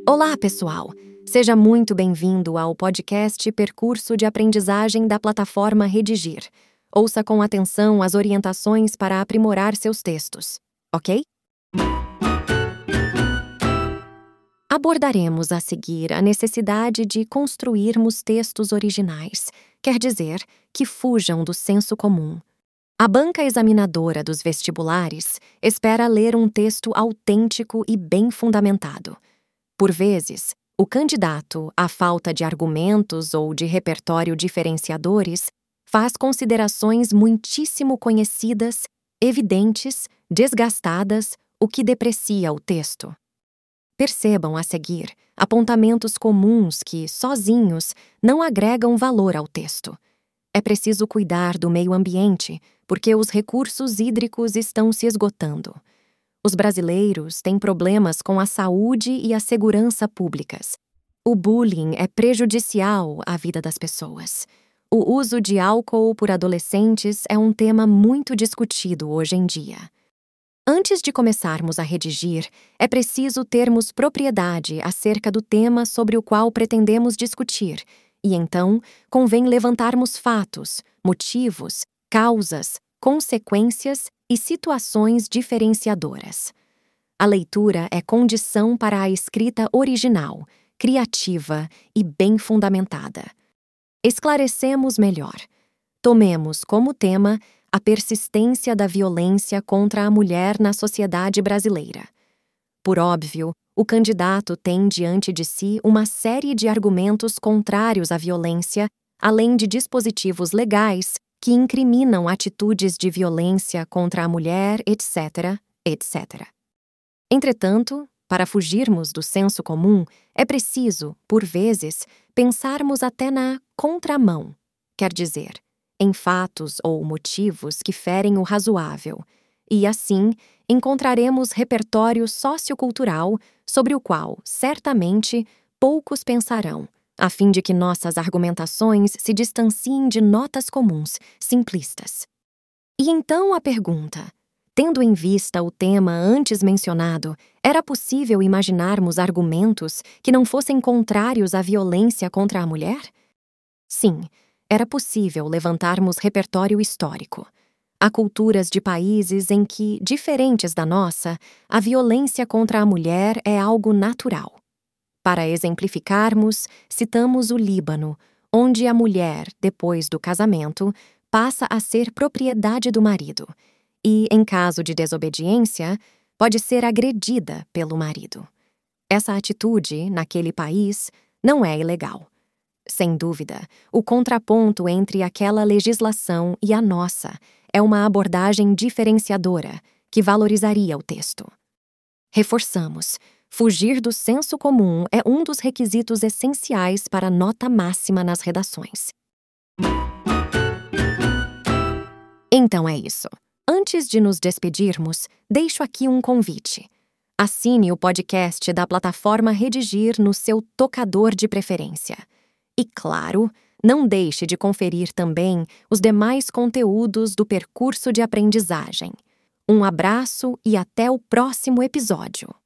Olá, pessoal! Seja muito bem-vindo ao podcast Percurso de Aprendizagem da plataforma Redigir. Ouça com atenção as orientações para aprimorar seus textos, ok? Abordaremos a seguir a necessidade de construirmos textos originais, quer dizer, que fujam do senso comum. A banca examinadora dos vestibulares espera ler um texto autêntico e bem fundamentado. Por vezes, o candidato, à falta de argumentos ou de repertório diferenciadores, faz considerações muitíssimo conhecidas, evidentes, desgastadas, o que deprecia o texto. Percebam a seguir apontamentos comuns que, sozinhos, não agregam valor ao texto. É preciso cuidar do meio ambiente, porque os recursos hídricos estão se esgotando. Os brasileiros têm problemas com a saúde e a segurança públicas. O bullying é prejudicial à vida das pessoas. O uso de álcool por adolescentes é um tema muito discutido hoje em dia. Antes de começarmos a redigir, é preciso termos propriedade acerca do tema sobre o qual pretendemos discutir, e então convém levantarmos fatos, motivos, causas, consequências e situações diferenciadoras. A leitura é condição para a escrita original, criativa e bem fundamentada. Esclarecemos melhor. Tomemos como tema a persistência da violência contra a mulher na sociedade brasileira. Por óbvio, o candidato tem diante de si uma série de argumentos contrários à violência, além de dispositivos legais que incriminam atitudes de violência contra a mulher, etc., etc. Entretanto, para fugirmos do senso comum, é preciso, por vezes, pensarmos até na contramão, quer dizer, em fatos ou motivos que ferem o razoável, e assim encontraremos repertório sociocultural sobre o qual, certamente, poucos pensarão, a fim de que nossas argumentações se distanciem de notas comuns, simplistas. E então a pergunta: tendo em vista o tema antes mencionado, era possível imaginarmos argumentos que não fossem contrários à violência contra a mulher? Sim, era possível levantarmos repertório histórico. Há culturas de países em que, diferentes da nossa, a violência contra a mulher é algo natural. Para exemplificarmos, citamos o Líbano, onde a mulher, depois do casamento, passa a ser propriedade do marido e, em caso de desobediência, pode ser agredida pelo marido. Essa atitude, naquele país, não é ilegal. Sem dúvida, o contraponto entre aquela legislação e a nossa é uma abordagem diferenciadora que valorizaria o texto. Reforçamos: fugir do senso comum é um dos requisitos essenciais para a nota máxima nas redações. Então é isso. Antes de nos despedirmos, deixo aqui um convite. Assine o podcast da plataforma Redigir no seu tocador de preferência. E, claro, não deixe de conferir também os demais conteúdos do percurso de aprendizagem. Um abraço e até o próximo episódio.